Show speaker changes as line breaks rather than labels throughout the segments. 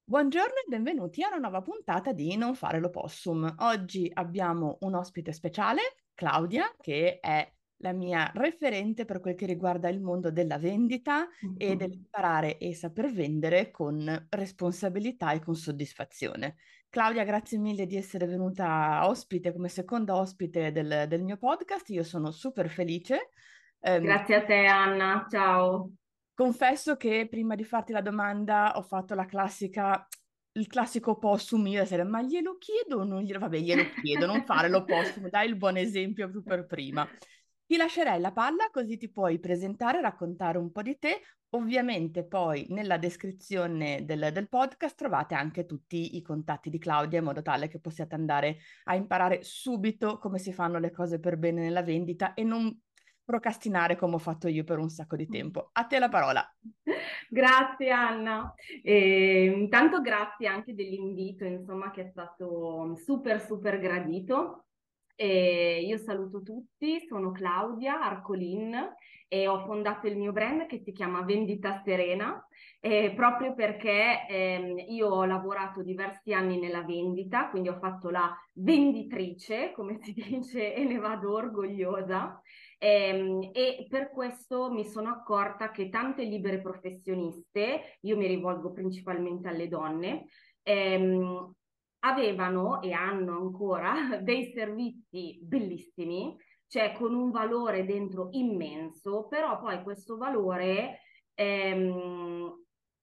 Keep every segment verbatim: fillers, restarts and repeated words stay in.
Buongiorno e benvenuti a una nuova puntata di Non fare l'opossum. Oggi abbiamo un ospite speciale, Claudia, che è la mia referente per quel che riguarda il mondo della vendita e dell'imparare e saper vendere con responsabilità e con soddisfazione. Claudia, grazie mille di essere venuta ospite come seconda ospite del, del mio podcast. Io sono super felice. Ehm,
Grazie a te, Anna. Ciao.
Confesso che prima di farti la domanda ho fatto la classica, il classico possum, io essere, ma glielo chiedo o non glielo... Vabbè, glielo chiedo, non fare l'opossum, dai il buon esempio più per prima. Ti lascerei la palla così ti puoi presentare, raccontare un po' di te. Ovviamente poi nella descrizione del, del podcast trovate anche tutti i contatti di Claudia in modo tale che possiate andare a imparare subito come si fanno le cose per bene nella vendita e non procrastinare come ho fatto io per un sacco di tempo. A te la parola.
Grazie Anna. E, intanto grazie anche dell'invito, insomma, che è stato super super gradito. E io saluto tutti, sono Claudia Arcolin e ho fondato il mio brand che si chiama Vendita Serena, eh, proprio perché ehm, io ho lavorato diversi anni nella vendita, quindi ho fatto la venditrice, come si dice, e ne vado orgogliosa. Ehm, e per questo mi sono accorta che tante libere professioniste, io mi rivolgo principalmente alle donne, ehm, avevano e hanno ancora dei servizi bellissimi, cioè con un valore dentro immenso, però poi questo valore ehm,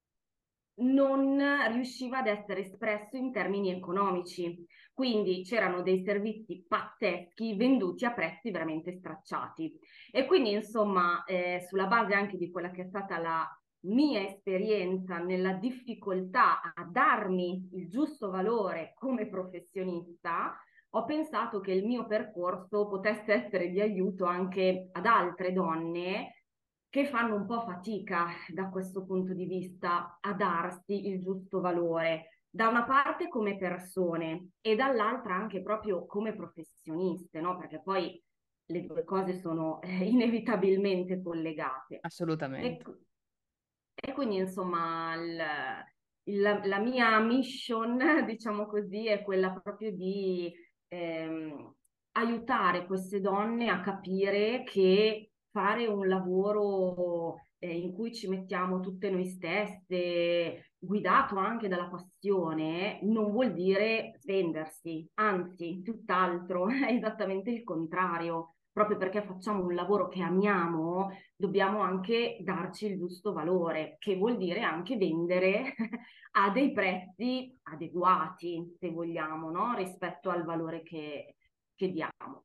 non riusciva ad essere espresso in termini economici. Quindi c'erano dei servizi pazzeschi venduti a prezzi veramente stracciati. E quindi, insomma, eh, sulla base anche di quella che è stata la mia esperienza nella difficoltà a darmi il giusto valore come professionista, ho pensato che il mio percorso potesse essere di aiuto anche ad altre donne che fanno un po' fatica da questo punto di vista a darsi il giusto valore, da una parte come persone e dall'altra anche proprio come professioniste, no? Perché poi le due cose sono eh, inevitabilmente collegate. E,
Assolutamente.
e quindi, insomma, il- il- la, la mia mission, diciamo così, è quella proprio di ehm, aiutare queste donne a capire che fare un lavoro eh, in cui ci mettiamo tutte noi stesse, guidato anche dalla passione, non vuol dire svendersi, anzi, tutt'altro, è esattamente il contrario. Proprio perché facciamo un lavoro che amiamo, dobbiamo anche darci il giusto valore, che vuol dire anche vendere a dei prezzi adeguati, se vogliamo, no? Rispetto al valore che, che diamo.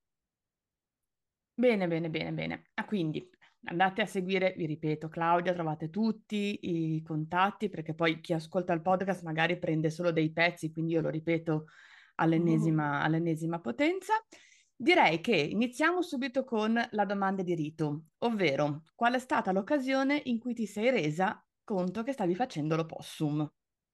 Bene, bene, bene, bene. Ah, quindi andate a seguire, vi ripeto, Claudia, trovate tutti i contatti perché poi chi ascolta il podcast magari prende solo dei pezzi, quindi io lo ripeto all'ennesima all'ennesima potenza. Direi che iniziamo subito con la domanda di rito, ovvero qual è stata l'occasione in cui ti sei resa conto che stavi facendo l'opossum?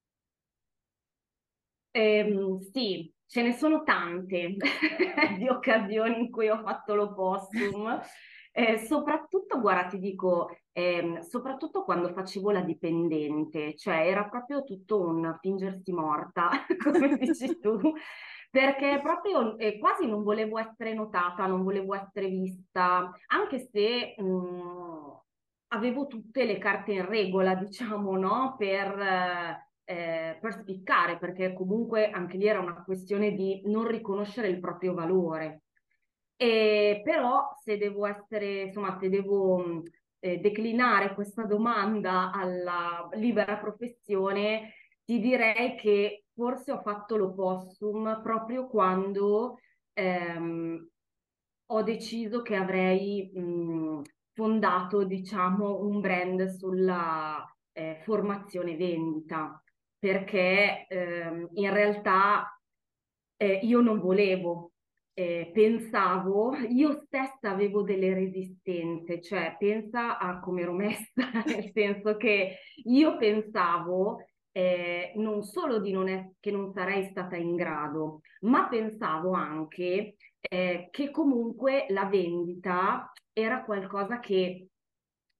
Ehm, sì, ce ne sono tante di occasioni in cui ho fatto l'opossum. Eh, soprattutto, guarda, ti dico, ehm, soprattutto quando facevo la dipendente, cioè era proprio tutto un fingersi morta, come dici tu, perché proprio eh, quasi non volevo essere notata, non volevo essere vista, anche se mh, avevo tutte le carte in regola, diciamo, no? Per, eh, eh, per spiccare, perché comunque anche lì era una questione di non riconoscere il proprio valore. E però se devo essere, insomma, se devo mh, eh, declinare questa domanda alla libera professione, ti direi che forse ho fatto l'opossum proprio quando ehm, ho deciso che avrei mh, fondato, diciamo, un brand sulla eh, formazione vendita, perché ehm, in realtà eh, io non volevo, eh, pensavo, io stessa avevo delle resistenze, cioè pensa a come ero messa, nel senso che io pensavo eh, non solo di non es- che non sarei stata in grado, ma pensavo anche eh, che comunque la vendita era qualcosa che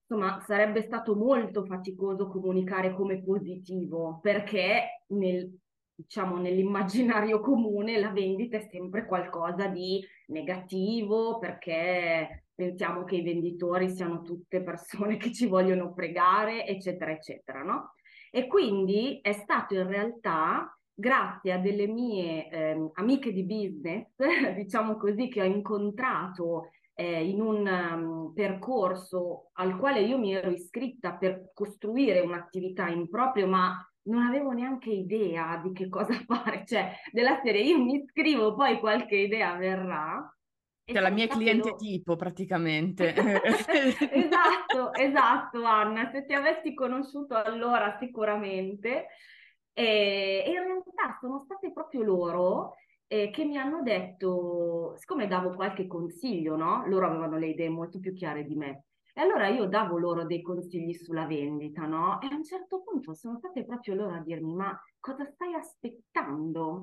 insomma, sarebbe stato molto faticoso comunicare come positivo, perché nel, diciamo, nell'immaginario comune la vendita è sempre qualcosa di negativo, perché pensiamo che i venditori siano tutte persone che ci vogliono pregare, eccetera, eccetera, no? E quindi è stato in realtà grazie a delle mie ehm, amiche di business, diciamo così, che ho incontrato eh, in un um, percorso al quale io mi ero iscritta per costruire un'attività in proprio, ma non avevo neanche idea di che cosa fare, cioè della serie io mi iscrivo, poi qualche idea verrà. E
Cioè la
sono
mia
state
cliente
loro.
tipo, praticamente.
Esatto, esatto, Anna, se ti avessi conosciuto allora sicuramente. E, e in realtà sono state proprio loro eh, che mi hanno detto, siccome davo qualche consiglio, no? Loro avevano le idee molto più chiare di me. E allora io davo loro dei consigli sulla vendita, no? E a un certo punto sono state proprio loro a dirmi, ma cosa stai aspettando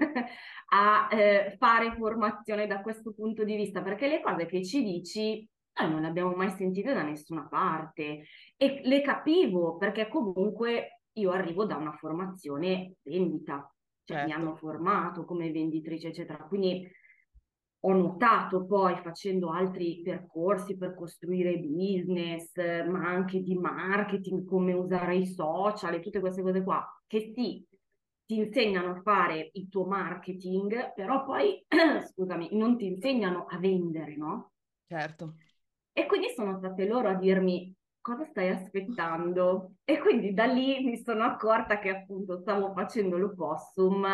a eh, fare formazione da questo punto di vista? Perché le cose che ci dici noi non le abbiamo mai sentite da nessuna parte e le capivo perché comunque io arrivo da una formazione vendita, cioè mi
Certo.
hanno formato come venditrice, eccetera. Quindi ho notato poi facendo altri percorsi per costruire business, eh, ma anche di marketing, come usare i social e tutte queste cose qua, che sì, ti insegnano a fare il tuo marketing, però poi, scusami, non ti insegnano a vendere, no?
Certo.
E quindi sono state loro a dirmi cosa stai aspettando? E quindi da lì mi sono accorta che appunto stavo facendo l'opossum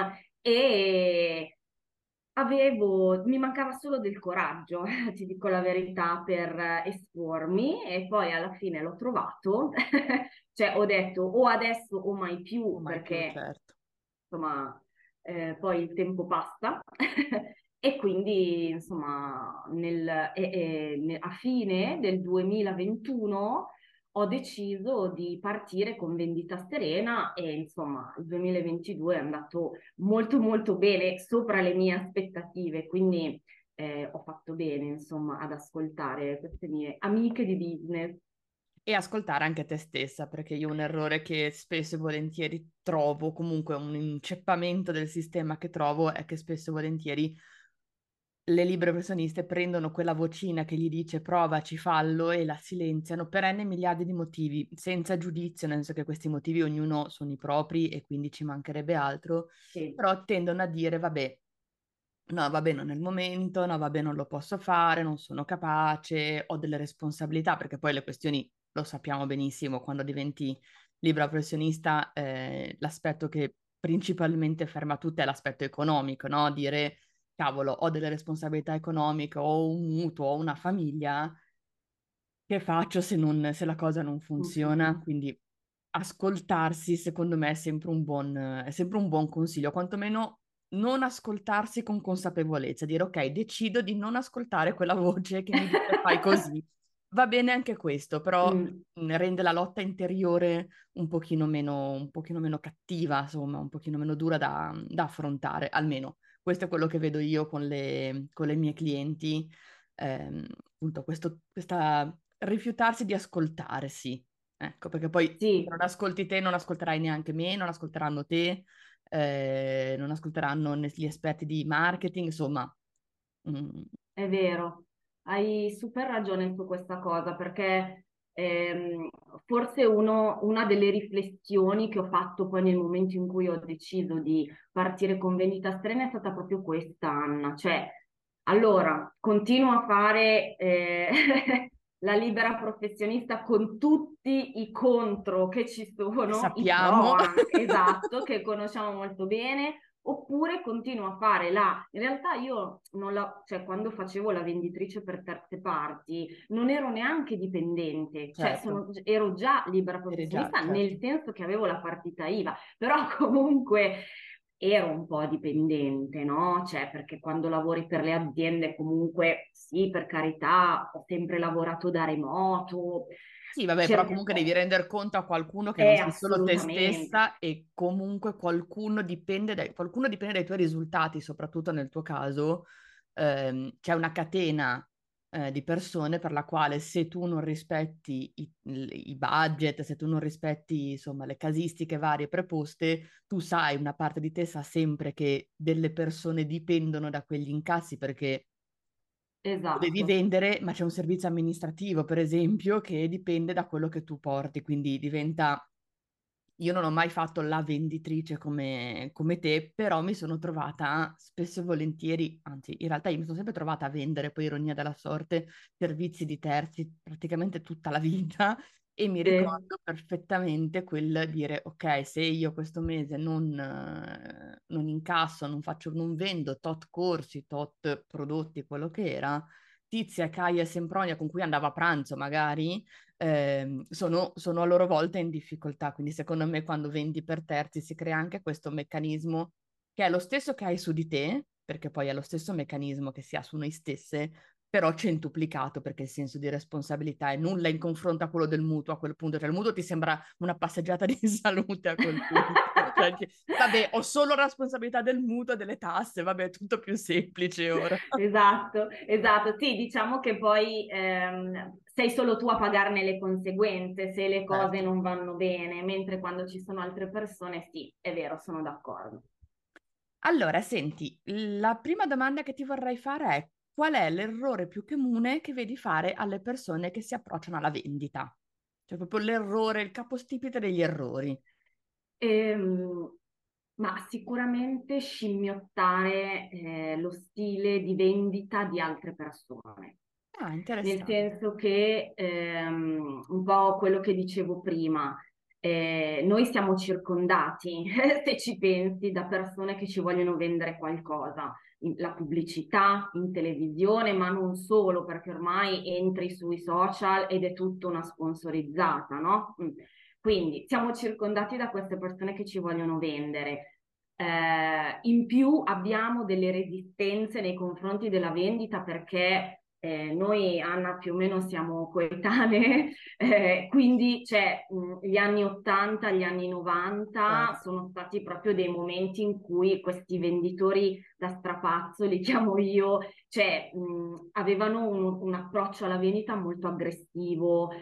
e avevo, mi mancava solo del coraggio, ti dico la verità, per eh, espormi e poi alla fine l'ho trovato, cioè ho detto o adesso o mai
O
più
mai più,
perché
certo.
insomma eh, poi il tempo passa e quindi insomma nel, e- e- ne- a fine del duemilaventuno ho deciso di partire con vendita serena e insomma il duemilaventidue è andato molto molto bene, sopra le mie aspettative, quindi eh, ho fatto bene insomma ad ascoltare queste mie amiche di business.
E ascoltare anche te stessa, perché io un errore che spesso e volentieri trovo, comunque un inceppamento del sistema che trovo, è che spesso e volentieri le libere professioniste prendono quella vocina che gli dice provaci, fallo e la silenziano per n miliardi di motivi, senza giudizio, nel senso che questi motivi ognuno sono i propri e quindi ci mancherebbe altro,
Sì,
però tendono a dire vabbè, no, vabbè, non è il momento, no, vabbè, non lo posso fare, non sono capace, ho delle responsabilità, perché poi le questioni lo sappiamo benissimo, quando diventi libera professionista, eh, l'aspetto che principalmente ferma tutte è l'aspetto economico, no? Dire, cavolo, ho delle responsabilità economiche, ho un mutuo, ho una famiglia, che faccio se non- se la cosa non
mm,
funziona?
mm,
Quindi ascoltarsi, secondo me, è sempre un buon, è sempre un buon consiglio, quantomeno non ascoltarsi con consapevolezza, dire ok, decido di non ascoltare quella voce che mi dice fai così. Va bene anche questo, però
mm.
mh, rende la lotta interiore un pochino meno, un pochino meno cattiva, insomma, un pochino meno dura da, da affrontare, almeno questo è quello che vedo io con le, con le mie clienti, ehm, appunto, questo, questa rifiutarsi di ascoltarsi. Ecco, perché poi se
Sì,
non ascolti te, non ascolterai neanche me, non ascolteranno te, eh, non ascolteranno né gli esperti di marketing, insomma. mm,
è vero, hai super ragione su questa cosa perché ehm, forse uno- una delle riflessioni che ho fatto poi nel momento in cui ho deciso di partire con vendita strana è stata proprio questa, Anna, cioè allora continuo a fare eh, la libera professionista con tutti i contro che ci
che
sono, i pro
sappiamo.
anche, esatto, che conosciamo molto bene. Oppure continuo a fare la... In realtà io non la... cioè quando facevo la venditrice per terze parti non ero neanche dipendente, cioè
Certo,
sono- ero già libera
eri già,
professionista nel
certo.
senso che avevo la partita I V A, però comunque ero un po' dipendente, no? Cioè perché quando lavori per le aziende comunque sì, per carità, ho sempre lavorato da remoto,
Sì, vabbè, però
cer-
comunque devi rendere conto a qualcuno che non
è
sei solo te
assolutamente,
stessa e comunque qualcuno dipende dai, qualcuno dipende dai tuoi risultati, soprattutto nel tuo caso. Ehm, c'è una catena eh, di persone per la quale se tu non rispetti i, i budget, se tu non rispetti insomma le casistiche varie preposte, tu sai, una parte di te sa sempre che delle persone dipendono da quegli incassi perché lo devi
Esatto.
vendere, ma c'è un servizio amministrativo, per esempio, che dipende da quello che tu porti, quindi diventa... Io non ho mai fatto la venditrice come, come te, però mi sono trovata spesso e volentieri, anzi, in realtà io mi sono sempre trovata a vendere, poi ironia della sorte, servizi di terzi praticamente tutta la vita e mi
Sì.
ricordo perfettamente quel dire, ok, se io questo mese non, eh, non incasso, non faccio, non vendo tot corsi, tot prodotti, quello che era, Tizia, Caia e Sempronia con cui andavo a pranzo magari, ehm, sono, sono a loro volta in difficoltà. Quindi secondo me quando vendi per terzi si crea anche questo meccanismo che è lo stesso che hai su di te, perché poi è lo stesso meccanismo che si ha su noi stesse, però centuplicato perché il senso di responsabilità è nulla in confronto a quello del mutuo a quel punto. Cioè il mutuo ti sembra una passeggiata di salute a quel punto. Cioè, dici, vabbè, ho solo responsabilità del mutuo e delle tasse, vabbè, è tutto più semplice ora.
Esatto, esatto. Sì, diciamo che poi ehm, sei solo tu a pagarne le conseguenze se le cose
Certo.
non vanno bene, mentre quando ci sono altre persone, sì, è vero, sono d'accordo.
Allora, senti, la prima domanda che ti vorrei fare è qual è l'errore più comune che vedi fare alle persone che si approcciano alla vendita? Cioè proprio l'errore, il capostipite degli errori.
Ehm, ma sicuramente scimmiottare eh, lo stile di vendita di altre persone.
Ah,
Nel
interessante.
senso che ehm, un po' quello che dicevo prima, eh, noi siamo circondati, se ci pensi, da persone che ci vogliono vendere qualcosa, in- la pubblicità, in televisione, ma non solo, perché ormai entri sui social ed è tutta una sponsorizzata, no? Mm. Quindi siamo circondati da queste persone che ci vogliono vendere. Eh, in più abbiamo delle resistenze nei confronti della vendita perché eh, noi, Anna, più o meno siamo coetanee, eh, quindi cioè, mh, gli anni ottanta, gli anni novanta
Certo,
sono stati proprio dei momenti in cui questi venditori da strapazzo, li chiamo io, cioè, mh, avevano un, un approccio alla vendita molto aggressivo,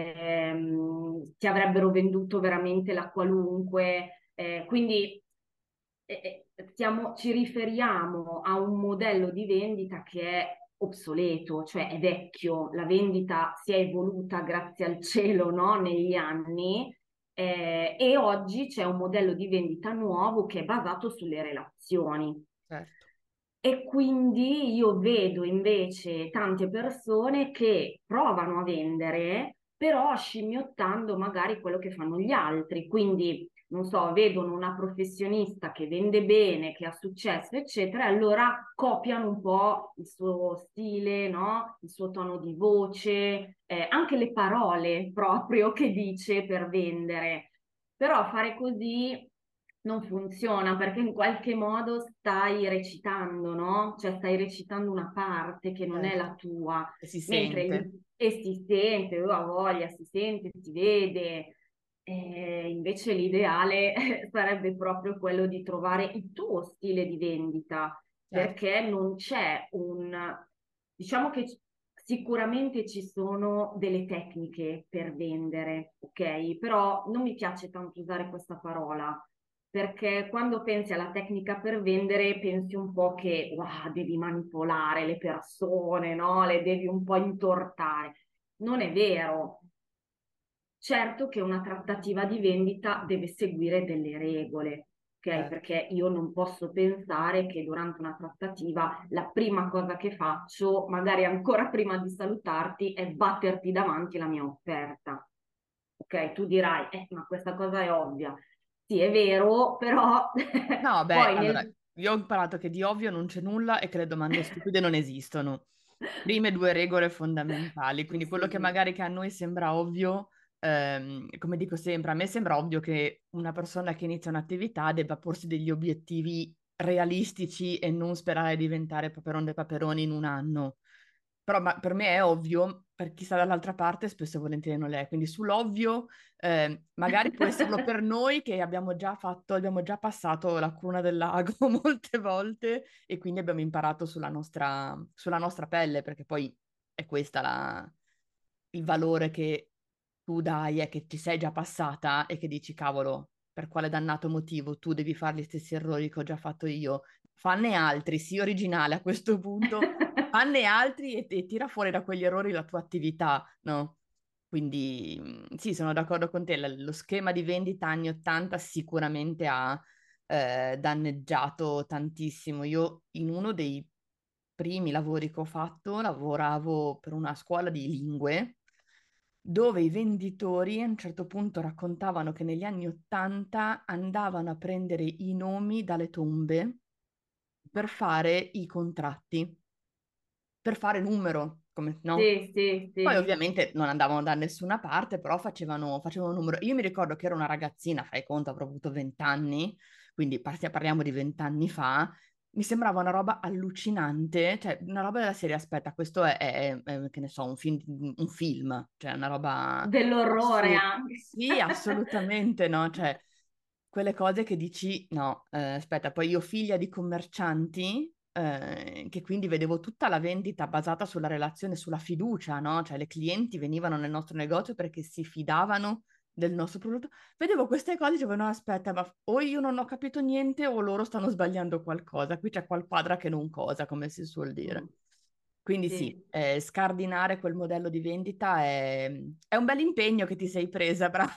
ehm, ti avrebbero venduto veramente la qualunque, eh, quindi eh, eh, stiamo- ci riferiamo a un modello di vendita che è obsoleto, cioè è vecchio, la vendita si è evoluta grazie al cielo, no? Negli anni, eh, e oggi c'è un modello di vendita nuovo che è basato sulle relazioni.
certo.
E quindi io vedo invece tante persone che provano a vendere, però scimmiottando magari quello che fanno gli altri. Quindi, non so, vedono una professionista che vende bene, che ha successo, eccetera, e allora copiano un po' il suo stile, no? Il suo tono di voce, eh, anche le parole proprio che dice per vendere. Però fare così non funziona perché in qualche modo stai recitando, no? Cioè stai recitando una parte che non è la
Certo.
tua,
E si
mentre
sente.
lì e si sente, oh, ha voglia, si sente, si vede. Eh, invece l'ideale sarebbe proprio quello di trovare il tuo stile di vendita,
Certo,
perché non c'è un... Diciamo che sicuramente ci sono delle tecniche per vendere, ok? Però non mi piace tanto usare questa parola perché quando pensi alla tecnica per vendere pensi un po' che wow, devi manipolare le persone, no? Le devi un po' intortare. Non è vero. Certo che una trattativa di vendita deve seguire delle regole, ok?
certo.
Perché io non posso pensare che durante una trattativa la prima cosa che faccio, magari ancora prima di salutarti, è batterti davanti la mia offerta. Ok? Tu dirai, eh, ma questa cosa è ovvia. Sì, è vero, però
No, beh,
poi
allora,
nel...
io ho imparato che di ovvio non c'è nulla e che le domande stupide non esistono. Prime due regole fondamentali,
Sì,
quindi quello
sì,
che
sì.
magari che a noi sembra ovvio, ehm, come dico sempre, a me sembra ovvio che una persona che inizia un'attività debba porsi degli obiettivi realistici e non sperare di diventare Paperon dei Paperoni in un anno. Però ma- per me è ovvio, per chi sta dall'altra parte spesso e volentieri non è. Quindi sull'ovvio eh, magari può esserlo per noi che abbiamo già fatto, abbiamo già passato la cruna del lago molte volte e quindi abbiamo imparato sulla nostra, sulla nostra pelle, perché poi è questa la, il valore che tu dai e che ci sei già passata e che dici, cavolo, per quale dannato motivo tu devi fare gli stessi errori che ho già fatto io? Fanne altri, sii originale a questo punto, fanne altri e, e tira fuori da quegli errori la tua attività, no? Quindi mh, sì, sono d'accordo con te, l- lo schema di vendita anni ottanta sicuramente ha eh, danneggiato tantissimo. Io in uno dei primi lavori che ho fatto lavoravo per una scuola di lingue dove i venditori a un certo punto raccontavano che negli anni ottanta andavano a prendere i nomi dalle tombe per fare i contratti, per fare numero, come, no?
Sì, sì,
Poi
sì.
ovviamente non andavano da nessuna parte, però facevano, facevano un numero. Io mi ricordo che ero una ragazzina, fai conto, avrò avuto venti anni, quindi par- parliamo di venti anni fa, mi sembrava una roba allucinante, cioè una roba della serie, aspetta, questo è, è- è, che ne so, un film, un film, cioè una roba
Dell'orrore
assurda.
anche.
Sì, assolutamente no, cioè quelle cose che dici, no, eh, aspetta, poi io figlia di commercianti, eh, che quindi vedevo tutta la vendita basata sulla relazione, sulla fiducia, no? Cioè le clienti venivano nel nostro negozio perché si fidavano del nostro prodotto. Vedevo queste cose e dicevo, no, aspetta, ma o io non ho capito niente o loro stanno sbagliando qualcosa. Qui c'è qual quadra che non cosa, come si suol dire.
Mm,
Quindi sì,
sì.
eh, scardinare quel modello di vendita è, è un bel impegno che ti sei presa, brava.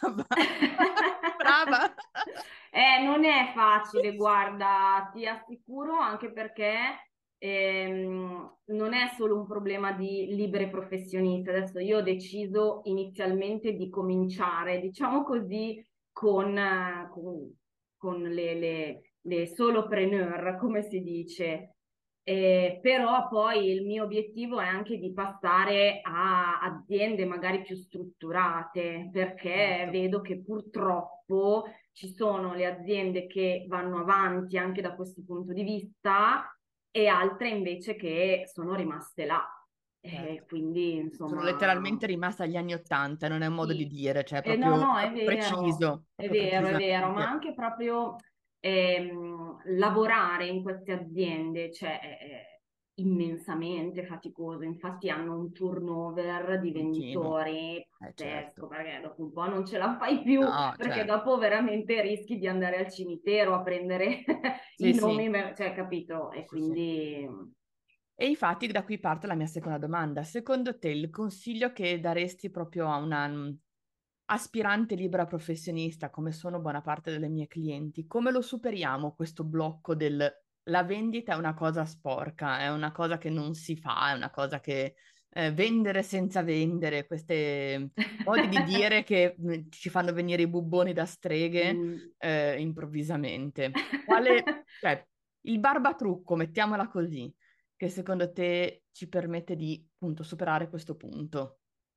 Brava.
Eh, non è facile, guarda, ti assicuro, anche perché ehm, non è solo un problema di libere professioniste. Adesso io ho deciso inizialmente di cominciare, diciamo così, con, eh, con, con le, le, le solopreneur, come si dice. Eh, però poi il mio obiettivo è anche di passare a aziende magari più strutturate, perché
Certo,
vedo che purtroppo ci sono le aziende che vanno avanti anche da questo punto di vista e altre invece che sono rimaste là. E
certo.
quindi,
Sono
insomma,
letteralmente rimasta agli anni Ottanta, non è un modo di
sì,
dire, cioè è
eh, no,
proprio,
no, è
proprio
vero,
preciso,
è
proprio
vero, è vero, ma
precisamente.
anche proprio ehm, lavorare in queste aziende, cioè, è, è immensamente faticoso. Infatti hanno un turnover di
Continuo.
venditori
Eh
pazzesco,
certo.
perché dopo un po' non ce la fai più,
No,
perché
cioè,
dopo veramente rischi di andare al cimitero a prendere
sì,
i
sì,
nomi, cioè, capito? E
sì, sì.
quindi
E infatti da qui parte la mia seconda domanda. Secondo te il consiglio che daresti proprio a una mm, aspirante libera professionista, come sono buona parte delle mie clienti, come lo superiamo questo blocco del la vendita è una cosa sporca, è una cosa che non si fa, è una cosa che eh, vendere senza vendere, questi modi di dire che mm, ci fanno venire i bubboni da streghe
mm.
eh, improvvisamente. Quale, cioè, il barbatrucco, mettiamola così, che secondo te ci permette di appunto superare questo punto?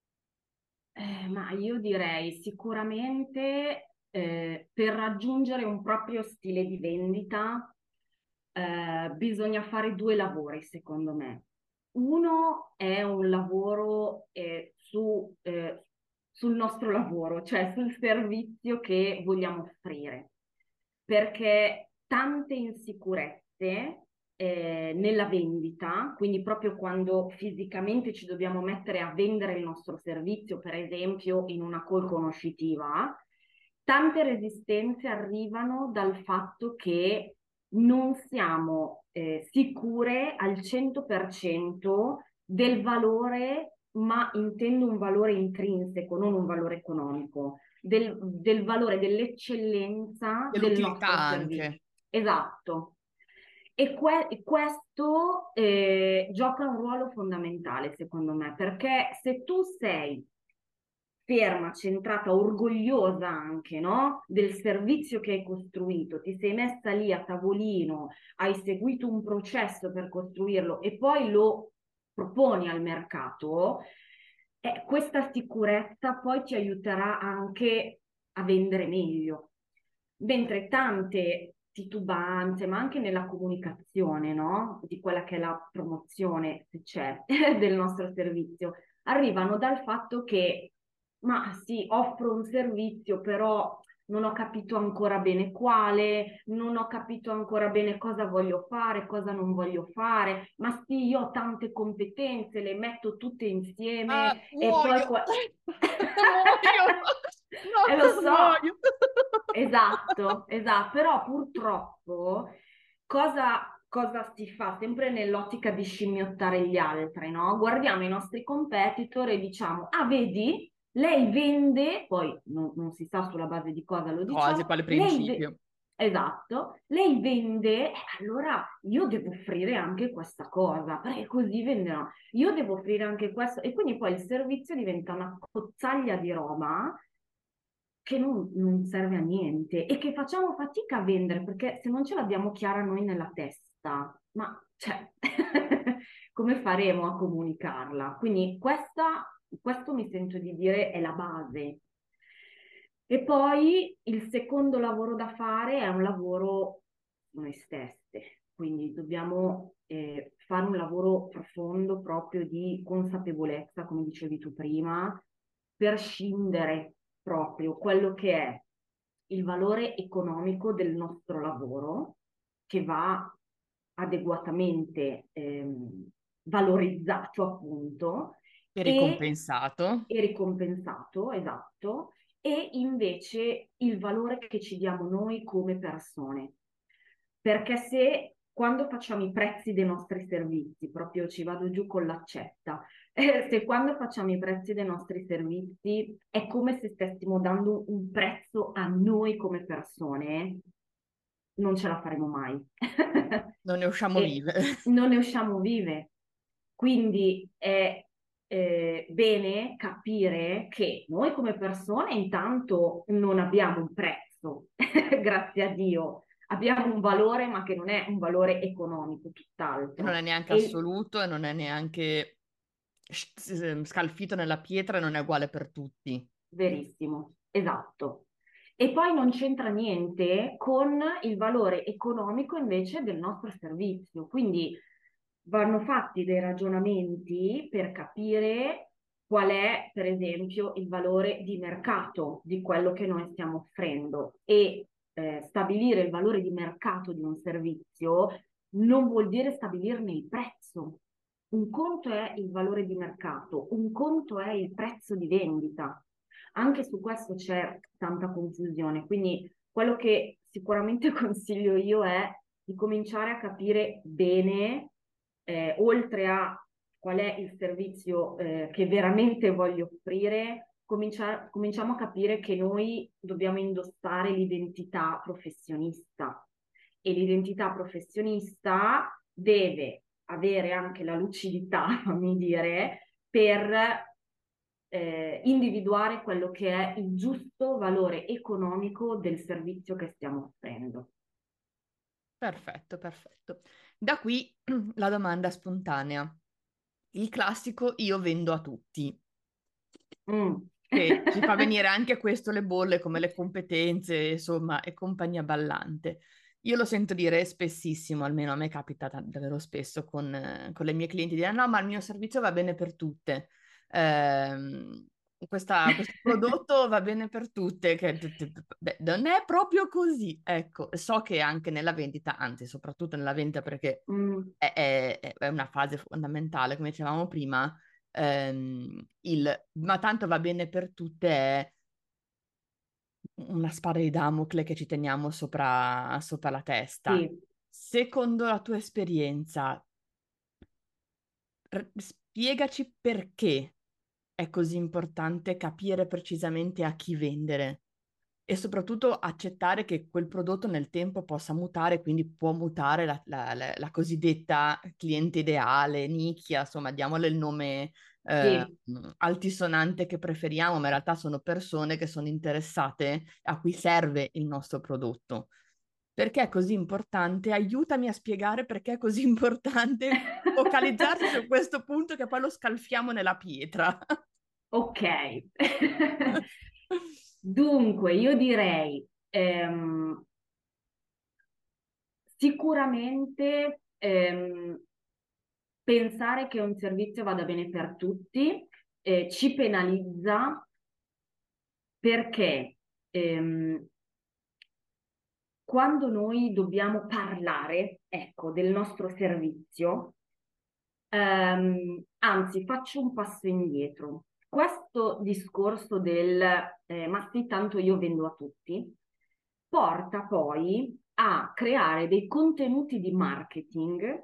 Eh, ma io direi sicuramente eh, per raggiungere un proprio stile di vendita eh, bisogna fare due lavori, secondo me. Uno è un lavoro eh, su, eh, sul nostro lavoro, cioè sul servizio che vogliamo offrire, perché tante insicurezze eh, nella vendita, quindi proprio quando fisicamente ci dobbiamo mettere a vendere il nostro servizio, per esempio in una call conoscitiva, tante resistenze arrivano dal fatto che non siamo eh, sicure al cento per cento del valore, ma intendo un valore intrinseco, non un valore economico, del, del valore, dell'eccellenza del
Dell'utilità
nostro servizio.
anche.
Esatto. E que- questo eh, gioca un ruolo fondamentale, secondo me, perché se tu sei ferma, centrata, orgogliosa anche, no? Del servizio che hai costruito, ti sei messa lì a tavolino, hai seguito un processo per costruirlo e poi lo proponi al mercato, eh, questa sicurezza poi ti aiuterà anche a vendere meglio. Mentre tante titubanze, ma anche nella comunicazione, no? Di quella che è la promozione, se c'è, del nostro servizio, arrivano dal fatto che, ma sì, offro un servizio, però non ho capito ancora bene quale, non ho capito ancora bene cosa voglio fare, cosa non voglio fare, ma sì, io ho tante competenze, le metto tutte
Ah,
insieme e poi...
muoio!
qua-
Muoio!
E lo
No,
so,
muoio!
esatto, esatto, però purtroppo cosa, cosa si fa? Sempre nell'ottica di scimmiottare gli altri, no? Guardiamo i nostri competitor e diciamo, ah, vedi, lei vende, poi non, non si sa sulla base di cosa lo
Quasi,
diciamo,
quale
lei ve-
principio?
esatto, lei vende, eh, allora io devo offrire anche questa cosa, perché così venderò. Io devo offrire anche questo, e quindi poi il servizio diventa una cozzaglia di roba che non, non serve a niente e che facciamo fatica a vendere perché se non ce l'abbiamo chiara noi nella testa, ma cioè, come faremo a comunicarla? Quindi questa, questo mi sento di dire è la base. E poi il secondo lavoro da fare è un lavoro su noi stesse, quindi dobbiamo eh, fare un lavoro profondo proprio di consapevolezza, come dicevi tu prima, per scindere proprio quello che è il valore economico del nostro lavoro, che va adeguatamente ehm, valorizzato appunto
E
e,
ricompensato
e ricompensato, esatto, e invece il valore che ci diamo noi come persone. Perché se quando facciamo i prezzi dei nostri servizi, proprio ci vado giù con l'accetta, eh, se quando facciamo i prezzi dei nostri servizi è come se stessimo dando un prezzo a noi come persone, non ce la faremo mai.
non ne usciamo
E
vive.
non ne usciamo vive. Quindi è eh, bene capire che noi come persone intanto non abbiamo un prezzo, grazie a Dio, abbiamo un valore ma che non è un valore economico,
E non è
tutt'altro.
neanche
E
assoluto e non è neanche sh- scalfito nella pietra e non è uguale per tutti.
verissimo, esatto. E poi non c'entra niente con il valore economico invece del nostro servizio. Quindi vanno fatti dei ragionamenti per capire qual è, per esempio, il valore di mercato di quello che noi stiamo offrendo e eh, stabilire il valore di mercato di un servizio non vuol dire stabilirne il prezzo. Un conto è il valore di mercato, un conto è il prezzo di vendita. Anche su questo c'è tanta confusione, quindi quello che sicuramente consiglio io è di cominciare a capire bene, eh, oltre a qual è il servizio eh, che veramente voglio offrire, comincia- cominciamo a capire che noi dobbiamo indossare l'identità professionista e l'identità professionista deve avere anche la lucidità, fammi dire, per eh, individuare quello che è il giusto valore economico del servizio che stiamo offrendo.
Perfetto, perfetto. Da qui la domanda spontanea. Il classico io vendo a tutti,
Mm.
che ci fa venire anche questo le bolle come le competenze, insomma, e compagnia ballante. Io lo sento dire spessissimo, almeno a me capita ta- davvero spesso con, eh, con le mie clienti, dire no, ma il mio servizio va bene per tutte. Ehm, questa- questo prodotto va bene per tutte, che t- t- beh, non è proprio così. Ecco, so che anche nella vendita, anzi, soprattutto nella vendita perché
Mm,
è, è- è una fase fondamentale, come dicevamo prima, ehm, il ma tanto va bene per tutte è una spada di Damocle che ci teniamo sopra, sopra la testa.
sì.
Secondo la tua esperienza, r- spiegaci perché è così importante capire precisamente a chi vendere e soprattutto accettare che quel prodotto nel tempo possa mutare, quindi può mutare la, la- la- la cosiddetta cliente ideale, nicchia, insomma, diamole il nome eh,
Sì.
altisonante che preferiamo, ma in realtà sono persone che sono interessate a cui serve il nostro prodotto. Perché è così importante? Aiutami a spiegare perché è così importante focalizzarsi su questo punto che poi lo scalfiamo nella pietra.
Ok. Dunque, io direi ehm, sicuramente ehm, pensare che un servizio vada bene per tutti eh, ci penalizza perché ehm, quando noi dobbiamo parlare, ecco, del nostro servizio, ehm, anzi, faccio un passo indietro. Questo discorso del eh, ma sì, tanto io vendo a tutti, porta poi a creare dei contenuti di marketing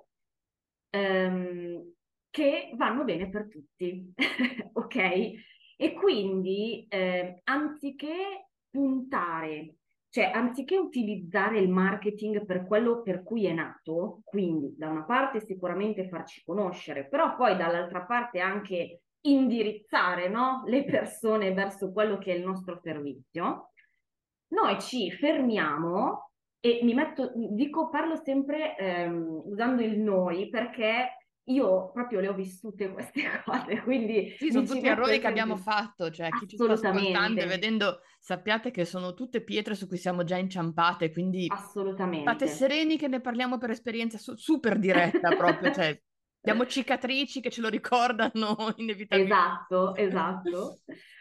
ehm, che vanno bene per tutti, ok? E quindi eh, anziché puntare, cioè anziché utilizzare il marketing per quello per cui è nato, quindi da una parte sicuramente farci conoscere, però poi dall'altra parte anche indirizzare, no, le persone verso quello che è il nostro servizio, noi ci fermiamo e mi metto, dico, parlo sempre ehm, usando il noi perché io proprio le ho vissute queste cose, quindi
Sì, sono
mi ci
tutti
metto
errori che abbiamo
esempio.
fatto, cioè chi ci sta ascoltando e
Assolutamente,
vedendo, sappiate che sono tutte pietre su cui siamo già inciampate, quindi state
assolutamente.
sereni che ne parliamo per esperienza su- super diretta proprio, cioè abbiamo cicatrici che ce lo ricordano inevitabilmente.
Esatto, esatto.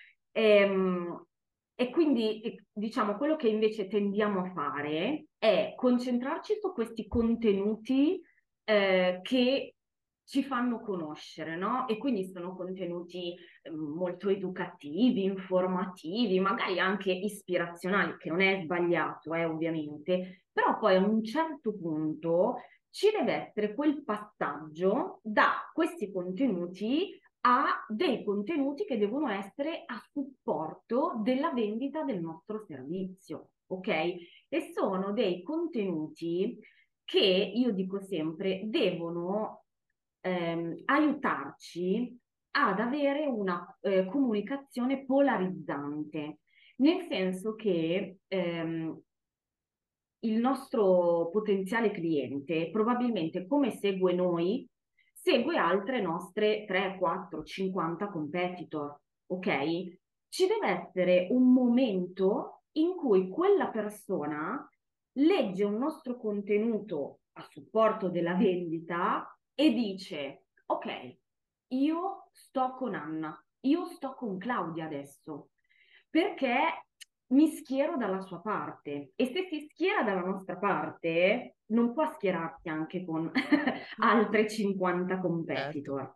Ehm, E, quindi, eh, diciamo, quello che invece tendiamo a fare è concentrarci su questi contenuti eh, che ci fanno conoscere, no? E quindi sono contenuti eh, molto educativi, informativi, magari anche ispirazionali, che non è sbagliato, eh, ovviamente, però poi a un certo punto ci deve essere quel passaggio da questi contenuti a dei contenuti che devono essere a supporto della vendita del nostro servizio, ok? E sono dei contenuti che io dico sempre devono ehm, aiutarci ad avere una eh, comunicazione polarizzante, nel senso che ehm, il nostro potenziale cliente probabilmente come segue noi, segue altre nostre tre, quattro, cinquanta competitor, ok? Ci deve essere un momento in cui quella persona legge un nostro contenuto a supporto della vendita e dice, ok, io sto con Anna, io sto con Claudia adesso, perché mi schiero dalla sua parte e se si schiera dalla nostra parte non può schierarsi anche con altre cinquanta
Certo.
competitor.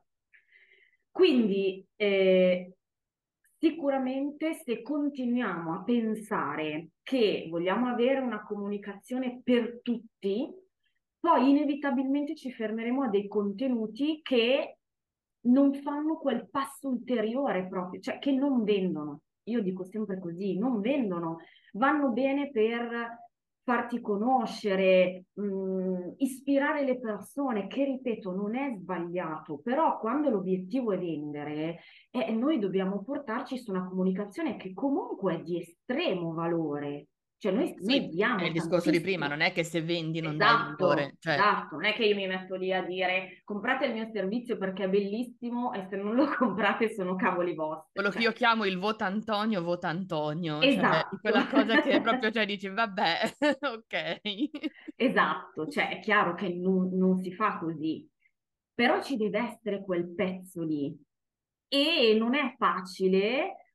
Quindi eh, sicuramente se continuiamo a pensare che vogliamo avere una comunicazione per tutti, poi inevitabilmente ci fermeremo a dei contenuti che non fanno quel passo ulteriore proprio, cioè che non vendono. Io dico sempre così, non vendono, vanno bene per farti conoscere, mh, ispirare le persone, che ripeto, non è sbagliato, però quando l'obiettivo è vendere, eh, noi dobbiamo portarci su una comunicazione che comunque è di estremo valore. Cioè noi, noi
Sì, è il
diamo
discorso di prima,
tantissimo.
non è che se vendi non dai valore,
Esatto,
cioè
esatto. Non è che io mi metto lì a dire comprate il mio servizio perché è bellissimo e se non lo comprate sono cavoli vostri.
quello che io
Cioè,
chiamo il vota Antonio, vota Antonio, cioè
esatto.
quella cosa che proprio cioè, dici, vabbè, ok.
Esatto, cioè è chiaro che non, non si fa così, però ci deve essere quel pezzo lì e non è facile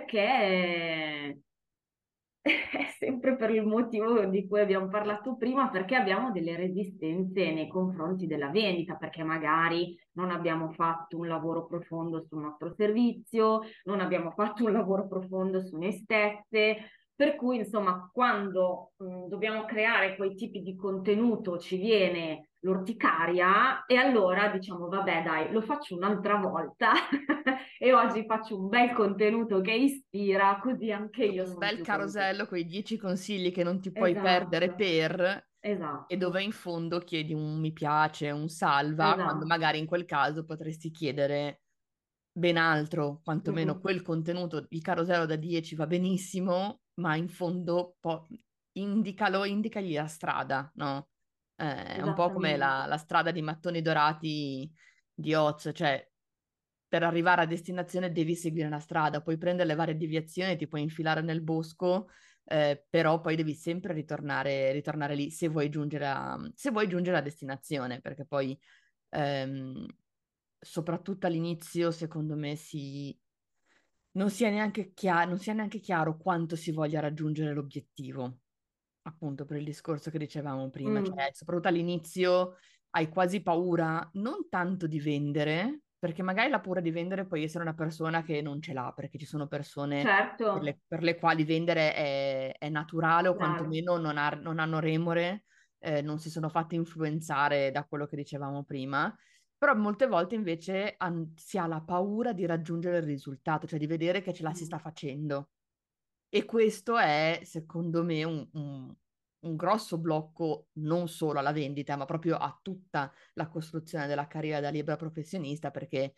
perché è sempre per il motivo di cui abbiamo
Certo.
parlato prima, perché abbiamo delle resistenze nei confronti della vendita, perché magari non abbiamo fatto un lavoro profondo sul nostro servizio, non abbiamo fatto un lavoro profondo su noi stesse. Per cui, insomma, quando mh, dobbiamo creare quei tipi di contenuto ci viene l'orticaria e allora diciamo, vabbè, dai, lo faccio un'altra volta e oggi faccio un bel contenuto che ispira, così anche io
Un
sono
bel
più
carosello
contenta.
con i dieci consigli che non ti puoi perdere
Esatto,
per, e dove
esatto,
in fondo chiedi un mi piace, un salva, quando
esatto.
magari in quel caso potresti chiedere ben altro, quantomeno
Mhm.
quel contenuto, il carosello da dieci va benissimo, ma in fondo po- indicalo, indicagli la strada, no? Eh, è un po' come
Esattamente.
la, la strada di mattoni dorati di Oz, cioè per arrivare a destinazione devi seguire una strada, puoi prendere le varie deviazioni, ti puoi infilare nel bosco, eh, però poi devi sempre ritornare, ritornare lì se vuoi giungere a, se vuoi giungere a destinazione, perché poi ehm, soprattutto all'inizio, secondo me, si, non sia neanche chia- non sia neanche chiaro quanto si voglia raggiungere l'obiettivo. appunto per il discorso che dicevamo prima,
Mm,
cioè soprattutto all'inizio hai quasi paura non tanto di vendere, perché magari la paura di vendere puoi essere una persona che non ce l'ha, perché ci sono persone per
certo,
le, per le quali vendere è, è naturale o
naturale.
quantomeno non, ha- non hanno remore, eh, non si sono fatti influenzare da quello che dicevamo prima. Però molte volte invece han- si ha la paura di raggiungere il risultato, cioè di vedere che ce la si
Mm,
sta facendo. E questo è, secondo me, un, un- un grosso blocco non solo alla vendita, ma proprio a tutta la costruzione della carriera da libera professionista, perché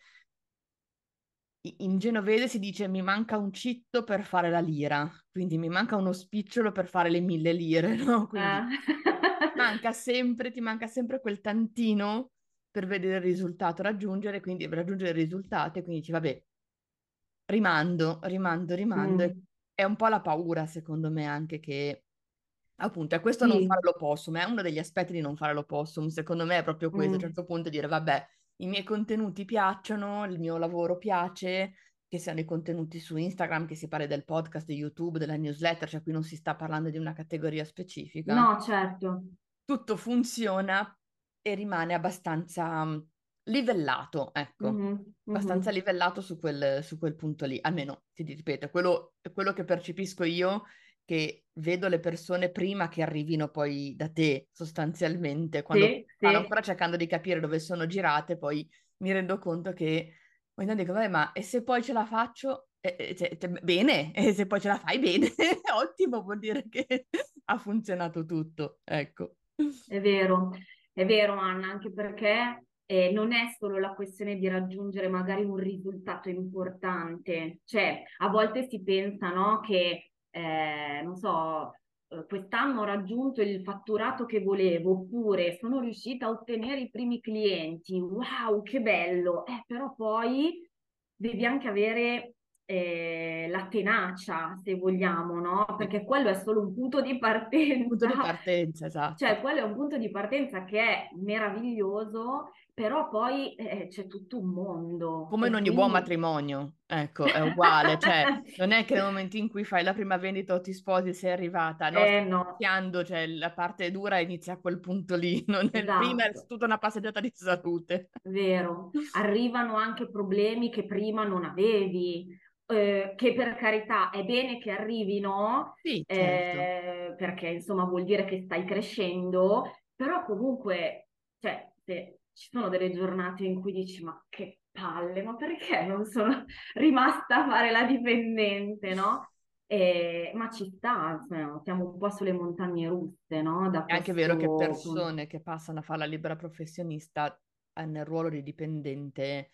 i- in genovese si dice mi manca un citto per fare la lira, quindi mi manca uno spicciolo per fare le mille lire, no? Quindi
eh.
manca sempre, ti manca sempre quel tantino per vedere il risultato raggiungere, quindi raggiungere il risultato e quindi dici, vabbè, rimando, rimando, rimando. E
Mm,
è un po' la paura, secondo me, anche che, appunto, è questo non fare
sì,
l'opossum, è uno degli aspetti di non fare l'opossum, secondo me è proprio questo, a un
mm,
certo punto dire, vabbè, i miei contenuti piacciono, il mio lavoro piace, che siano i contenuti su Instagram, che si parli del podcast, di YouTube, della newsletter, cioè qui non si sta parlando di una categoria specifica,
no, certo.
tutto funziona e rimane abbastanza mh, livellato, ecco,
Mhm,
abbastanza
mhm.
livellato su quel, su quel punto lì. Almeno, ti ripeto, è quello, è quello che percepisco io, che vedo le persone prima che arrivino poi da te, sostanzialmente, quando
Sì,
stanno
sì,
ancora cercando di capire dove sono girate, poi mi rendo conto che ogni tanto dico, vabbè, ma e se poi ce la faccio? Eh, eh, cioè, cioè, bene, e se poi ce la fai bene, ottimo, vuol dire che ha funzionato tutto, ecco.
è vero, è vero Anna, anche perché eh, non è solo la questione di raggiungere magari un risultato importante, cioè a volte si pensa, no, che, eh, non so, eh, quest'anno ho raggiunto il fatturato che volevo, oppure sono riuscita a ottenere i primi clienti, wow, che bello, eh, però poi devi anche avere eh, la tenacia, se vogliamo, no?
Sì.
Perché quello è solo un punto di
Punto di
partenza.
partenza, esatto.
Cioè, quello è un punto di partenza che è meraviglioso, però poi eh, c'è tutto un mondo
Come in
e
ogni buon
quindi
matrimonio, ecco, è uguale, cioè non è che nel momento in cui fai la prima vendita o ti sposi sei arrivata, no,
eh
stai
no,
iniziando, cioè la parte dura inizia a quel punto lì, non è il prima è
esatto,
tutta una passeggiata di salute.
vero. Arrivano anche problemi che prima non avevi, eh, che per carità è bene che arrivino,
Sì, certo.
eh, perché insomma vuol dire che stai crescendo, però comunque, cioè, se ci sono delle giornate in cui dici ma che palle, ma perché non sono rimasta a fare la dipendente, no? Eh, ma ci sta, insomma, siamo un po' sulle montagne russe, no? Da
È anche vero che
questo punto.
persone che passano a fare la libera professionista eh, nel ruolo di dipendente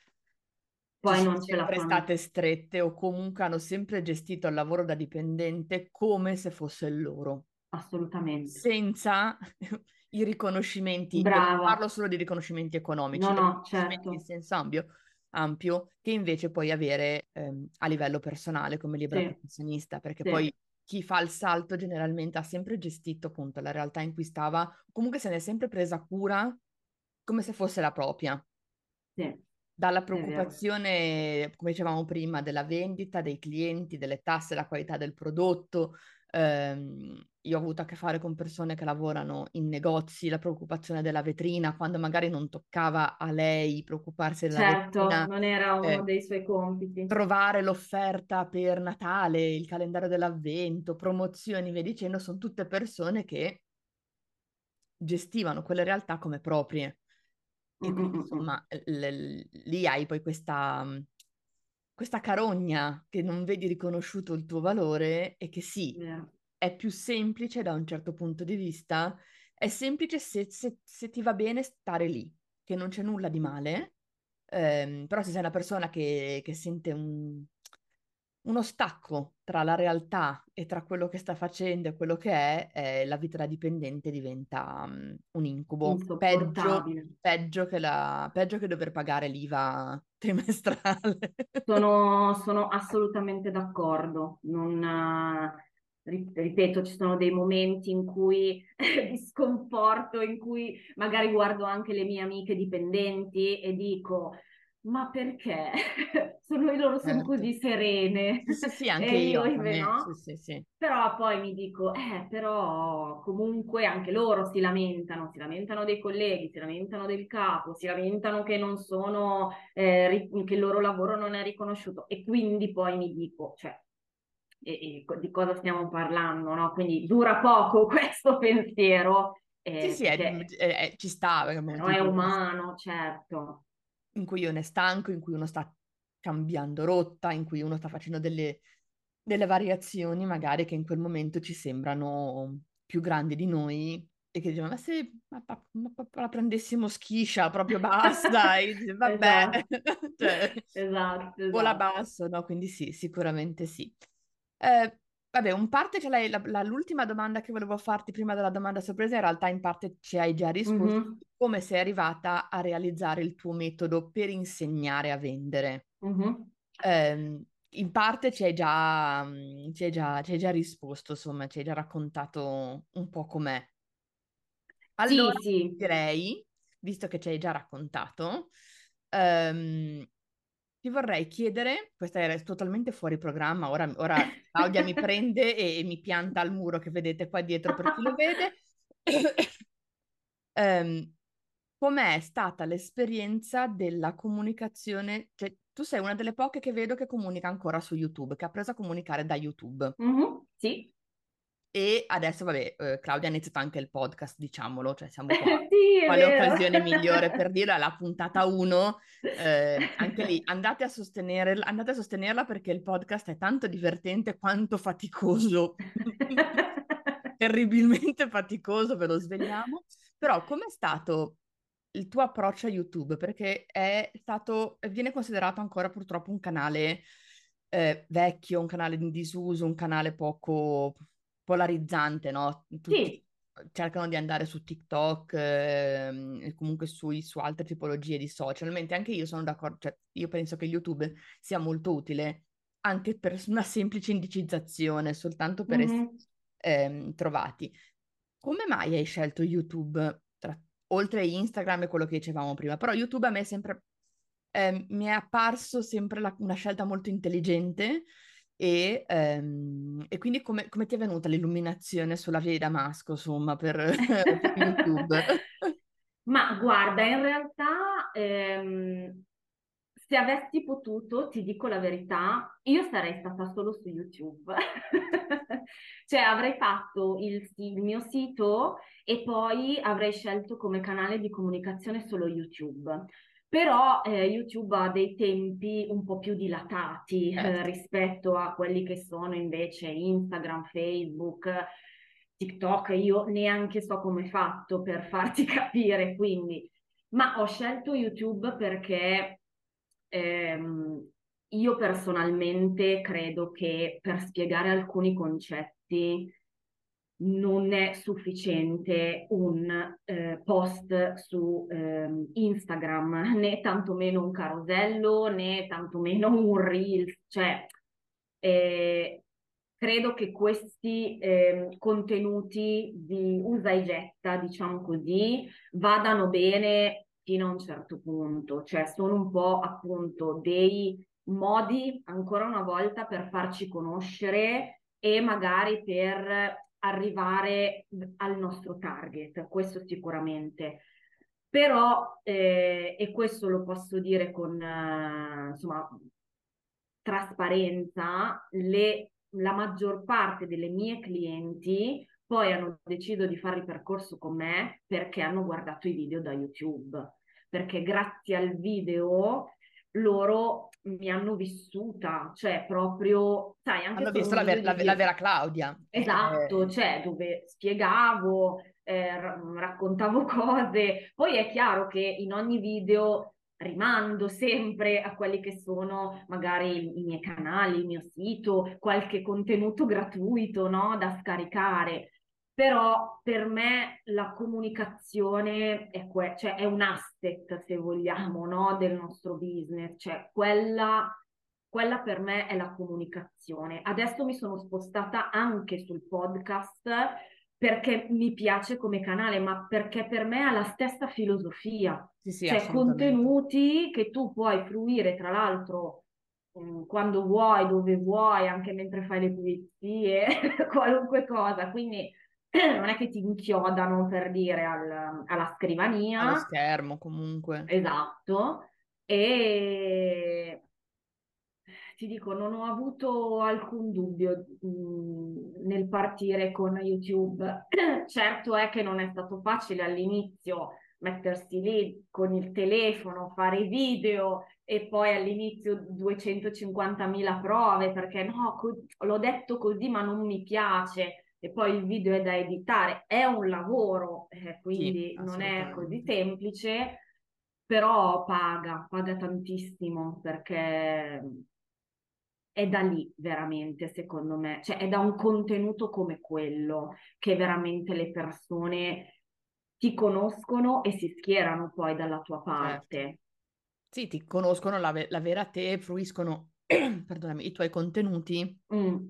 ci
Poi
sono
non ce la
sempre
fanno
state strette o comunque hanno sempre gestito il lavoro da dipendente come se fosse il loro,
assolutamente.
senza i riconoscimenti, e non
Brava.
parlo solo di riconoscimenti
No,
economici, i
no,
riconoscimenti in
certo.
senso ampio, ampio che invece puoi avere ehm, a livello personale come libera
Sì,
professionista, perché
sì,
poi chi fa il salto generalmente ha sempre gestito appunto la realtà in cui stava, comunque se ne è sempre presa cura come se fosse la propria
sì,
dalla
è vero.
preoccupazione, come dicevamo prima, della vendita, dei clienti, delle tasse, la qualità del prodotto. Ehm, io ho avuto a che fare con persone che lavorano in negozi, la preoccupazione della vetrina, quando magari non toccava a lei preoccuparsi della
Certo,
vetrina,
non era uno
eh,
dei suoi compiti.
trovare l'offerta per Natale, il calendario dell'avvento, promozioni, via dicendo, sono tutte persone che gestivano quelle realtà come proprie.
Mm,
E
mm,
quindi,
mm, mm.
insomma, l- l- lì hai poi questa, mh, questa carogna che non vedi riconosciuto il tuo valore e che sì,
Vero.
è più semplice da un certo punto di vista, è semplice se, se- se ti va bene stare lì, che non c'è nulla di male, ehm, però se sei una persona che, che sente un- uno stacco tra la realtà e tra quello che sta facendo e quello che è, eh, la vita da dipendente diventa, mm, un incubo. Peggio,
Insopportabile.
peggio che la, peggio che dover pagare l'I V A trimestrale.
Sono, sono assolutamente d'accordo. Non, eh, ri- ripeto, ci sono dei momenti in cui di sconforto, in cui magari guardo anche le mie amiche dipendenti e dico, ma perché? Sono, loro sono
Certo.
così serene
Sì, sì, sì, anche
e
io,
io
anche a
invece
me, sì,
no.
sì, sì.
Però poi mi dico, eh, però comunque anche loro si lamentano, si lamentano dei colleghi, si lamentano del capo, si lamentano che non sono, eh, ri- che il loro lavoro non è riconosciuto e quindi poi mi dico, cioè, e- e co- di cosa stiamo parlando, no? Quindi dura poco questo pensiero,
Sì,
eh,
sì, è-
perché
è- è- ci sta, perché nel
però
momento in
è
cui uno,
umano, certo.
in cui uno è stanco, in cui uno sta cambiando rotta, in cui uno sta facendo delle, delle variazioni magari che in quel momento ci sembrano più grandi di noi e che diciamo, ma se ma, pa- ma pa- la prendessimo schiscia, proprio basta, e dice, vabbè,
Esatto,
cioè,
esatto,
vola
esatto.
basso, no? Quindi sì, sicuramente sì. Eh, vabbè, un parte ce l'hai, la- la- l'ultima domanda che volevo farti prima della domanda sorpresa, in realtà in parte ci hai già risposto,
Mhm,
come sei arrivata a realizzare il tuo metodo per insegnare a vendere.
mhm.
Ehm, in parte ci hai già, mm, ci hai già, ci hai già risposto, insomma, ci hai già raccontato un po' com'è.
Sì,
Allora,
sì.
direi, visto che ci hai già raccontato, ehm, ti vorrei chiedere, questa era totalmente fuori programma, ora, ora Claudia mi prende e, e mi pianta al muro che vedete qua dietro per chi lo vede. Ehm, com'è stata l'esperienza della comunicazione? Cioè, tu sei una delle poche che vedo che comunica ancora su YouTube, che ha preso a comunicare da YouTube.
Mhm, sì.
E adesso, vabbè, eh, Claudia ha iniziato anche il podcast, diciamolo, cioè siamo qua.
Sì, è
Quale
vero.
occasione migliore per dirla? La puntata uno, anche lì andate a sostenerla, andate a sostenerla perché il podcast è tanto divertente quanto faticoso. Terribilmente faticoso, ve lo svegliamo. Però com'è stato il tuo approccio a YouTube? Perché è stato, viene considerato ancora purtroppo un canale eh, vecchio, un canale in disuso, un canale poco polarizzante, no? Tutti
Sì.
cercano di andare su TikTok ehm, e comunque sui- su altre tipologie di social, mentre anche io sono d'accordo, cioè io penso che YouTube sia molto utile anche per una semplice indicizzazione, soltanto per essere
Mhm.
ehm, trovati. Come mai hai scelto YouTube, tra- oltre Instagram e quello che dicevamo prima? Però YouTube a me è sempre, ehm, mi è apparso sempre la- una scelta molto intelligente e, ehm, e quindi come, come ti è venuta l'illuminazione sulla via di Damasco, insomma, per, per YouTube?
Ma guarda, in realtà, ehm, se avessi potuto, ti dico la verità, io sarei stata solo su YouTube. Cioè, avrei fatto il, si- il mio sito e poi avrei scelto come canale di comunicazione solo YouTube. Però eh, YouTube ha dei tempi un po' più dilatati eh,
Certo.
rispetto a quelli che sono invece Instagram, Facebook, TikTok. Io neanche so come hai fatto per farti capire, quindi, ma ho scelto YouTube perché ehm, io personalmente credo che per spiegare alcuni concetti non è sufficiente un eh, post su ehm, Instagram, né tantomeno un carosello, né tantomeno un reel, cioè eh, credo che questi ehm, contenuti di usa e getta, diciamo così, vadano bene fino a un certo punto, cioè sono un po' appunto dei modi, ancora una volta, per farci conoscere e magari per arrivare al nostro target, questo sicuramente. Però, eh, e questo lo posso dire con, eh, insomma, trasparenza, le- la maggior parte delle mie clienti poi hanno deciso di fare il percorso con me perché hanno guardato i video da YouTube, perché grazie al video loro mi hanno vissuta, cioè proprio, sai, anche
Hanno
solo
visto
un
la,
video
ver- la-
di
la
dieci.
vera Claudia.
Esatto,
Eh,
cioè dove spiegavo, eh, ra- raccontavo cose. Poi è chiaro che in ogni video rimando sempre a quelli che sono magari i, i miei canali, il mio sito, qualche contenuto gratuito, no, da scaricare. Però per me la comunicazione è, que- cioè, è un asset, se vogliamo, no, del nostro business, cioè quella quella per me è la comunicazione. Adesso mi sono spostata anche sul podcast perché mi piace come canale, ma perché per me ha la stessa filosofia,
Sì, sì,
cioè
assolutamente.
contenuti che tu puoi fruire, tra l'altro, mh, quando vuoi, dove vuoi, anche mentre fai le pulizie, qualunque cosa. Quindi non è che ti inchiodano per dire al- alla
Allo
scrivania,
schermo comunque.
esatto, e ti dico, non ho avuto alcun dubbio, mh, nel partire con YouTube. Certo è che non è stato facile all'inizio mettersi lì con il telefono, fare i video e poi all'inizio duecentocinquantamila prove perché no, co- l'ho detto così ma non mi piace e poi il video è da editare. È un lavoro, eh,
Sì,
quindi non è così
assolutamente.
semplice, però paga, paga tantissimo perché è da lì veramente, secondo me, cioè è da un contenuto come quello che veramente le persone ti conoscono e si schierano poi dalla tua
Certo.
parte.
Sì, ti conoscono la, ve- la vera te, fruiscono, perdonami, i tuoi contenuti
Mm,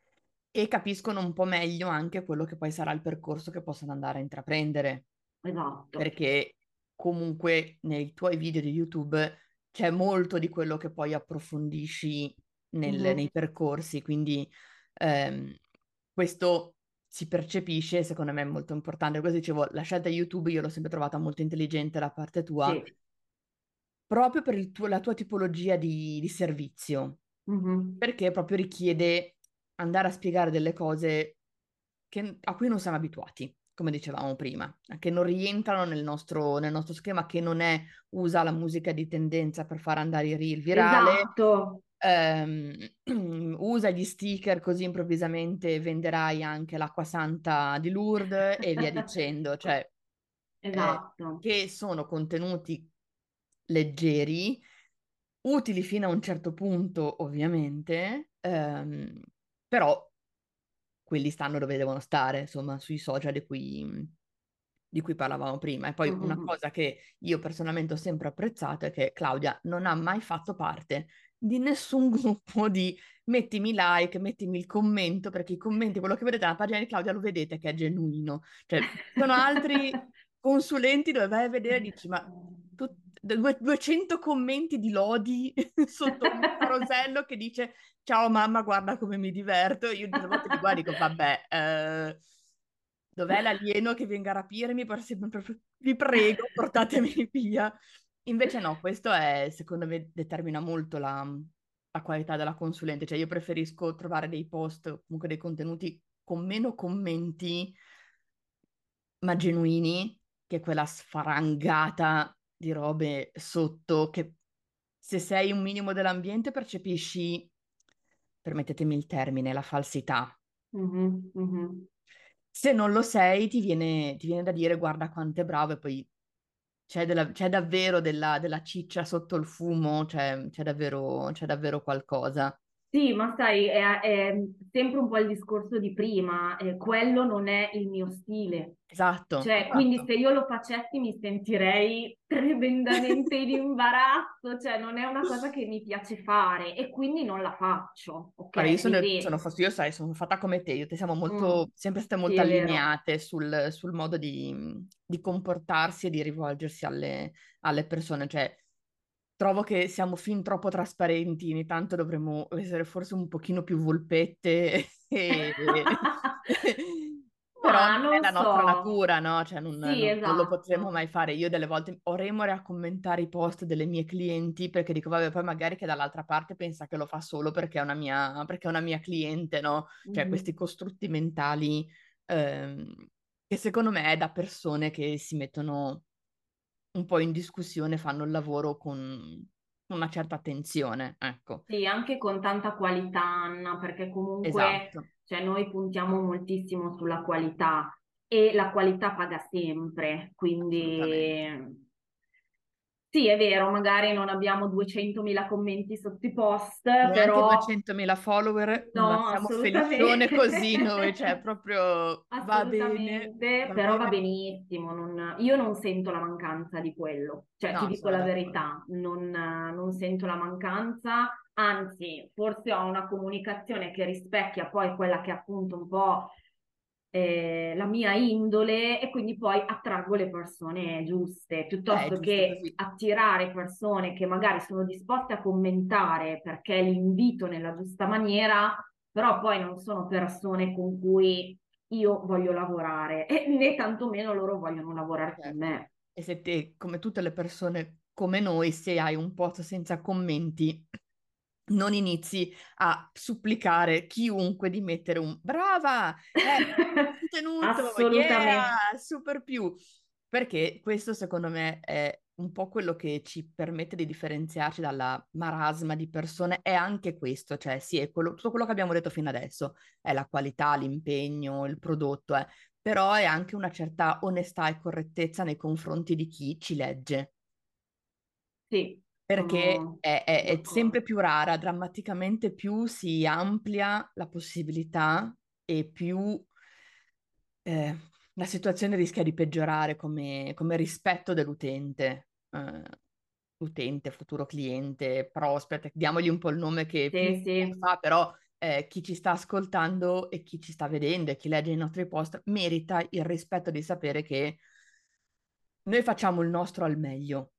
e capiscono un po' meglio anche quello che poi sarà il percorso che possono andare a intraprendere.
esatto.
Perché comunque nei tuoi video di YouTube c'è molto di quello che poi approfondisci nel- nei
Mhm,
percorsi, quindi ehm, questo si percepisce, secondo me è molto importante. Questo dicevo, la scelta YouTube io l'ho sempre trovata molto intelligente da parte tua,
sì.
proprio per il tuo- la tua tipologia di, di servizio,
Mhm,
perché proprio richiede andare a spiegare delle cose che- a cui non siamo abituati, come dicevamo prima, che non rientrano nel nostro, nel nostro schema, che non è usa la musica di tendenza per far andare il reel virale,
esatto.
ehm, usa gli sticker così improvvisamente venderai anche l'acqua santa di Lourdes e via dicendo, cioè eh,
Esatto.
che sono contenuti leggeri, utili fino a un certo punto, ovviamente, ehm, però quelli stanno dove devono stare, insomma, sui social di cui, di cui parlavamo prima. E poi una
Mhm,
cosa che io personalmente ho sempre apprezzato è che Claudia non ha mai fatto parte di nessun gruppo di mettimi like, mettimi il commento, perché i commenti, quello che vedete nella pagina di Claudia lo vedete che è genuino. Cioè, ci sono altri consulenti dove vai a vedere e dici, ma tu, due- duecento commenti di lodi sotto un carosello che dice ciao mamma, guarda come mi diverto. Io delle volte li guardo e dico, vabbè, eh, dov'è l'alieno che venga a rapirmi? Per sempre- Vi prego, portatemi via. Invece no, questo è, secondo me, determina molto la, la qualità della consulente. Cioè io preferisco trovare dei post, o comunque dei contenuti con meno commenti, ma genuini, che quella sfarangata di robe sotto che se sei un minimo dell'ambiente percepisci, permettetemi il termine, la falsità.
mhm, mhm.
Se non lo sei, ti viene, ti viene da dire guarda quanto è bravo e poi c'è della- c'è davvero della, della ciccia sotto il fumo, c'è c'è davvero, c'è davvero qualcosa.
Sì, ma sai, è, è sempre un po' il discorso di prima, eh, quello non è il mio stile.
Esatto,
Cioè, quindi
esatto.
se io lo facessi mi sentirei tremendamente in imbarazzo, cioè non è una cosa che mi piace fare e quindi non la faccio,
Guarda, io
ok?
sono,
Quindi,
sono fastidiosa, sai, sono fatta come te, io te siamo
mm,
molto, sempre state
sì,
molto
è vero.
allineate sul, sul modo di, di comportarsi e di rivolgersi alle, alle persone, cioè trovo che siamo fin troppo trasparenti, ogni tanto dovremmo essere forse un pochino più volpette, e... però
Ma
non è
non
la nostra
so.
natura, no? Cioè non,
Sì,
non- non lo potremmo
esatto.
mai fare. Io delle volte ho remore a commentare i post delle mie clienti perché dico, vabbè, poi magari che dall'altra parte pensa che lo fa solo perché è una mia, perché è una mia cliente, no? Cioè questi
Mhm.
costrutti mentali ehm, che secondo me è da persone che si mettono un po' in discussione, fanno il lavoro con una certa attenzione, ecco.
Sì, anche con tanta qualità, Anna, perché comunque,
Esatto,
cioè, noi puntiamo moltissimo sulla qualità e la qualità paga sempre,
assolutamente.
quindi sì, è vero, magari non abbiamo duecentomila commenti sotto i post,
Neanche
però
duecentomila follower, ma
no,
siamo felicione
assolutamente.
così noi, cioè proprio va bene,
Assolutamente,
va
però va
bene.
benissimo. non- io non sento la mancanza di quello, cioè ti
No,
dico
sono
la
d'accordo.
verità, non, non sento la mancanza, anzi, forse ho una comunicazione che rispecchia poi quella che è appunto un po' eh, la mia indole e quindi poi attraggo le persone giuste,
Eh, è
piuttosto
giusto
che
così.
attirare persone che magari sono disposte a commentare perché li invito nella giusta maniera, però poi non sono persone con cui io voglio lavorare e né tantomeno loro vogliono lavorare con
Certo.
me.
E se te, come tutte le persone come noi, se hai un post senza commenti, non inizi a supplicare chiunque di mettere un brava, eh, contenuto,
Assolutamente.
yeah, super più. Perché questo secondo me è un po' quello che ci permette di differenziarci dalla marasma di persone, è anche questo, cioè sì, è quello- tutto quello che abbiamo detto fino adesso, è la qualità, l'impegno, il prodotto, eh, però è anche una certa onestà e correttezza nei confronti di chi ci legge
Sì,
perché
sono
è, è- è sempre
d'accordo.
più rara, drammaticamente più si amplia la possibilità e più eh, la situazione rischia di peggiorare come, come rispetto dell'utente, eh, utente, futuro cliente, prospect, diamogli un po' il nome che più
Sì, sì,
fa, però eh, chi ci sta ascoltando e chi ci sta vedendo e chi legge i nostri post merita il rispetto di sapere che noi facciamo il nostro al meglio.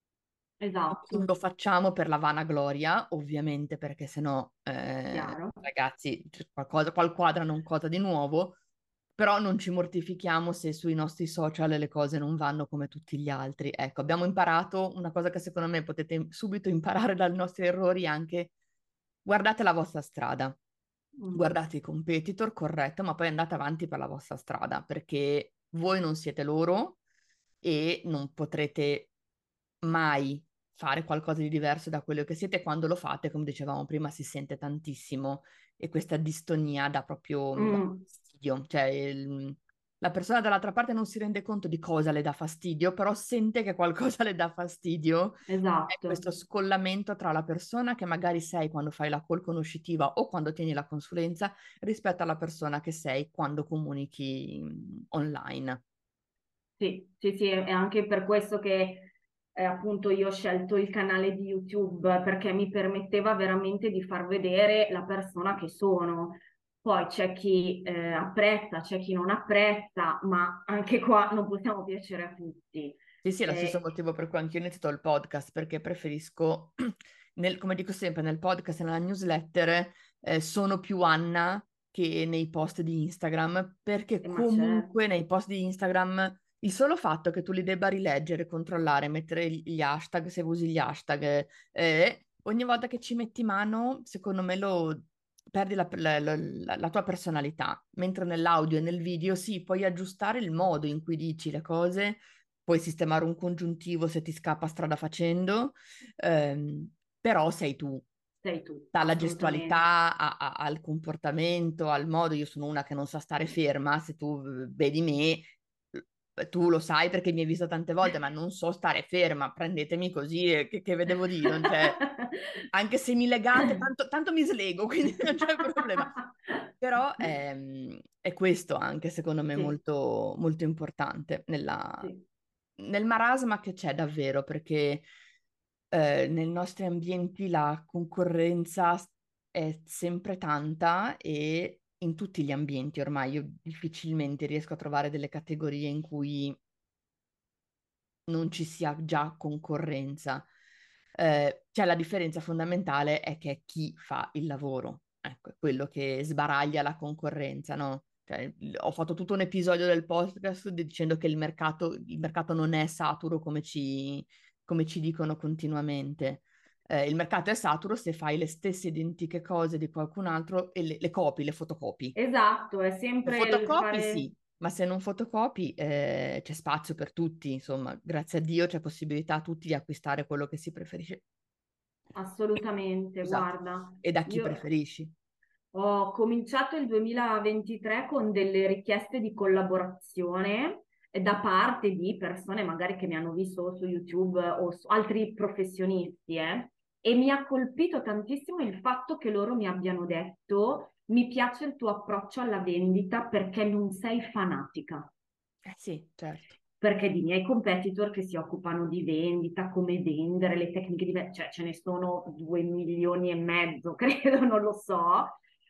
Non
esatto,
lo facciamo per la vanagloria, ovviamente, perché sennò, eh,
chiaro.
ragazzi, c'è qualcosa, qual quadra non cosa di nuovo, però non ci mortifichiamo se sui nostri social le cose non vanno come tutti gli altri. Ecco, abbiamo imparato una cosa che secondo me potete subito imparare dai nostri errori anche, guardate la vostra strada,
Mm,
guardate i competitor, corretto, ma poi andate avanti per la vostra strada, perché voi non siete loro e non potrete mai fare qualcosa di diverso da quello che siete. Quando lo fate, come dicevamo prima, si sente tantissimo e questa distonia dà proprio dà
mm,
fastidio. Cioè, il- la persona dall'altra parte non si rende conto di cosa le dà fastidio, però sente che qualcosa le dà fastidio. È
esatto.
questo scollamento tra la persona che magari sei quando fai la call conoscitiva o quando tieni la consulenza rispetto alla persona che sei quando comunichi mm, online.
Sì, sì, sì, è anche per questo che eh, appunto io ho scelto il canale di YouTube perché mi permetteva veramente di far vedere la persona che sono. Poi c'è chi eh, apprezza, c'è chi non apprezza, ma anche qua non possiamo piacere a tutti.
Sì, sì, è lo stesso
Eh,
motivo per cui anche io ho iniziato il podcast, perché preferisco, nel- come dico sempre, nel podcast e nella newsletter, eh, sono più Anna che nei post di Instagram, perché
eh, ma certo,
comunque nei post di Instagram il solo fatto che tu li debba rileggere, controllare, mettere gli gli hashtag, se usi gli hashtag, eh, ogni volta che ci metti mano, secondo me lo perdi la, la- la- la- la tua personalità, mentre nell'audio e nel video sì, puoi aggiustare il modo in cui dici le cose, puoi sistemare un congiuntivo se ti scappa strada facendo, ehm, però sei tu.
sei tu,
Dalla
assolutamente.
gestualità a- a- al comportamento, al modo, io sono una che non sa stare ferma, se tu eh, vedi me, eh, tu lo sai perché mi hai visto tante volte, ma non so stare ferma, prendetemi così, eh, che, che vedevo dire, non c'è... Anche se mi legate, tanto, tanto mi slego, quindi non c'è problema. Però ehm, è questo anche, secondo me,
Sì,
molto, molto importante nella-
sì,
nel marasma che c'è davvero, perché eh, nei nostri ambienti la concorrenza è sempre tanta e in tutti gli ambienti ormai io difficilmente riesco a trovare delle categorie in cui non ci sia già concorrenza. Eh, cioè la differenza fondamentale è che è chi fa il lavoro, ecco, è quello che sbaraglia la concorrenza, no? Cioè, l- ho fatto tutto un episodio del podcast dicendo che il mercato, il mercato non è saturo come ci, come ci dicono continuamente. Eh, il mercato è saturo se fai le stesse identiche cose di qualcun altro e le, le copi, le fotocopi.
esatto, è
Se
sempre il
fotocopi
fare
sì, ma se non fotocopi eh, c'è spazio per tutti, insomma, grazie a Dio c'è possibilità a tutti di acquistare quello che si preferisce.
assolutamente,
Scusate,
guarda,
e da chi
io
preferisci?
ho cominciato il duemilaventitré con delle richieste di collaborazione eh, da parte di persone magari che mi hanno visto su YouTube o su altri professionisti, eh, e mi ha colpito tantissimo il fatto che loro mi abbiano detto: mi piace il tuo approccio alla vendita perché non sei fanatica.
Eh sì, certo.
Perché di miei competitor che si occupano di vendita, come vendere, le tecniche di vendita, cioè ce ne sono due milioni e mezzo, credo, non lo so.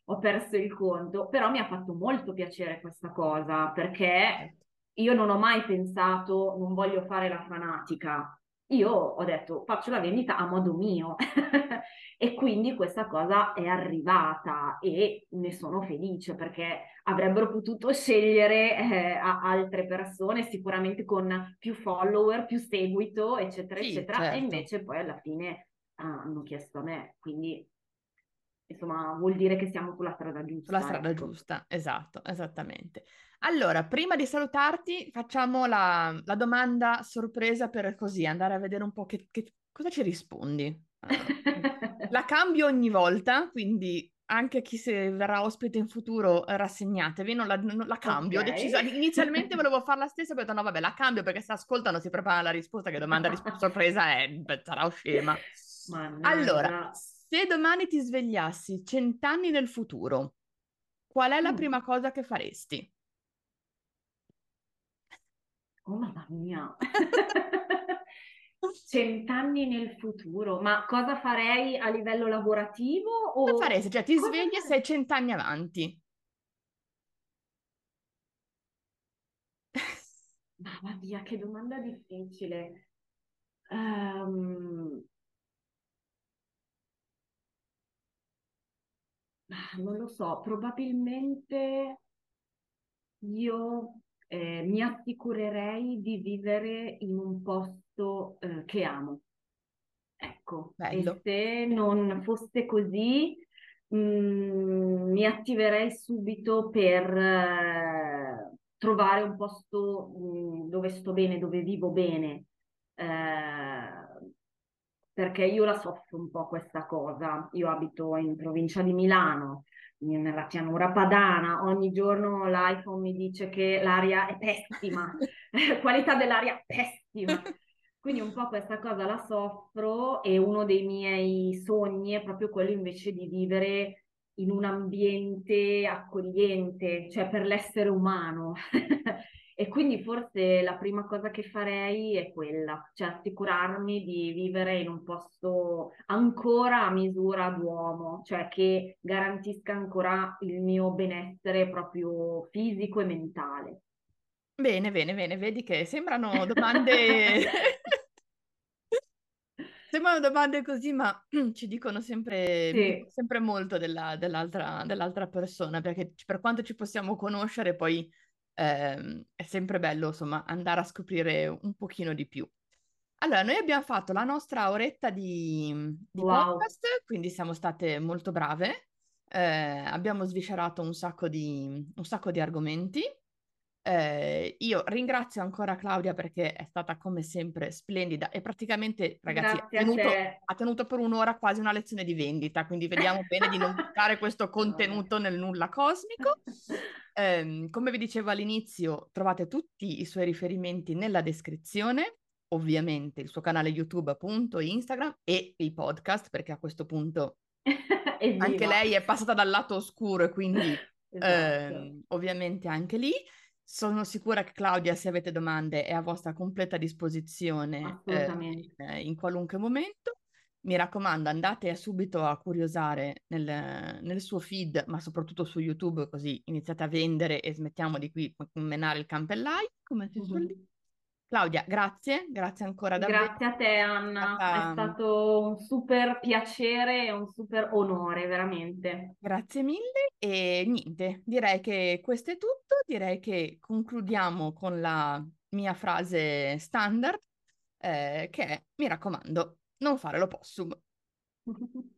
ho perso il conto, però mi ha fatto molto piacere questa cosa perché io non ho mai pensato non voglio fare la fanatica. Io ho detto faccio la vendita a modo mio e quindi questa cosa è arrivata e ne sono felice perché avrebbero potuto scegliere eh, a- altre persone sicuramente con più follower, più seguito, eccetera,
Sì,
eccetera, e
certo.
invece poi alla fine ah, hanno chiesto a me, quindi insomma vuol dire che siamo sulla strada
Sulla
giusta,
strada
ecco.
giusta, esatto, esattamente. Allora, prima di salutarti, facciamo la, la domanda sorpresa per così andare a vedere un po' che, che- cosa ci rispondi. Eh, la cambio ogni volta, quindi anche chi se verrà ospite in futuro, eh, rassegnatevi, non la, non la
Ok.
cambio. Ho deciso, inizialmente volevo fare la stessa, poi ho detto no, vabbè, la cambio perché se ascoltano si prepara la risposta, che domanda ris- sorpresa è, beh, sarà scema. Allora,
Mannaggia.
se domani ti svegliassi cent'anni nel futuro, qual è la
Mm.
prima cosa che faresti?
Oh mamma mia. Cent'anni nel futuro, ma cosa farei a livello lavorativo
Cosa
o
faresti? Cioè, ti
cosa
svegli e
farei?
sei cent'anni avanti.
Mamma mia, che domanda difficile. Ehm, ah, non lo so, probabilmente io eh, mi assicurerei di vivere in un posto eh, che amo. Ecco, e
Bello.
se non fosse così, mm, mi attiverei subito per eh, trovare un posto, mm, dove sto bene, dove vivo bene. Eh, perché io la soffro un po' questa cosa. Io abito in provincia di Milano, nella pianura padana, ogni giorno l'iPhone mi dice che l'aria è pessima, qualità dell'aria pessima. Quindi un po' questa cosa la soffro e uno dei miei sogni è proprio quello invece di vivere in un ambiente accogliente, cioè per l'essere umano. E quindi forse la prima cosa che farei è quella, cioè assicurarmi di vivere in un posto ancora a misura d'uomo, cioè che garantisca ancora il mio benessere proprio fisico e mentale.
Bene, bene, bene. Vedi che sembrano domande. Sembrano domande così, ma ci dicono sempre, mi dicono
Sì,
sempre molto della- dell'altra dell'altra persona, perché ci- per quanto ci possiamo conoscere, poi ehm, è sempre bello, insomma, andare a scoprire un pochino di più. Allora, noi abbiamo fatto la nostra oretta di, di
wow.
podcast, quindi siamo state molto brave. Eh, abbiamo sviscerato un sacco di, un sacco di argomenti. Eh, io ringrazio ancora Claudia perché è stata come sempre splendida e praticamente, ragazzi, ha
Grazie a
tenuto,
te.
ha tenuto per un'ora quasi una lezione di vendita, quindi vediamo bene di non buttare questo
Eh, vabbè.
contenuto nel nulla cosmico. Ehm, come vi dicevo all'inizio, trovate tutti i suoi riferimenti nella descrizione, ovviamente il suo canale YouTube, appunto, Instagram e i podcast, perché a questo punto anche
Evviva!
lei è passata dal lato oscuro e quindi
Esatto,
ehm, ovviamente anche lì. Sono sicura che Claudia, se avete domande, è a vostra completa disposizione eh,
assolutamente.
in, in qualunque momento. Mi raccomando, andate subito a curiosare nel, nel suo feed, ma soprattutto su YouTube, così iniziate a vendere e smettiamo di qui menare il campellaio, come si suol dire. Claudia, grazie, grazie ancora davvero.
Grazie a te,
È
Anna. È
stata.
stato un super piacere e un super onore, veramente.
Grazie mille e niente, direi che questo è tutto, direi che concludiamo con la mia frase standard, eh, che è, mi raccomando, non fare l'opossum.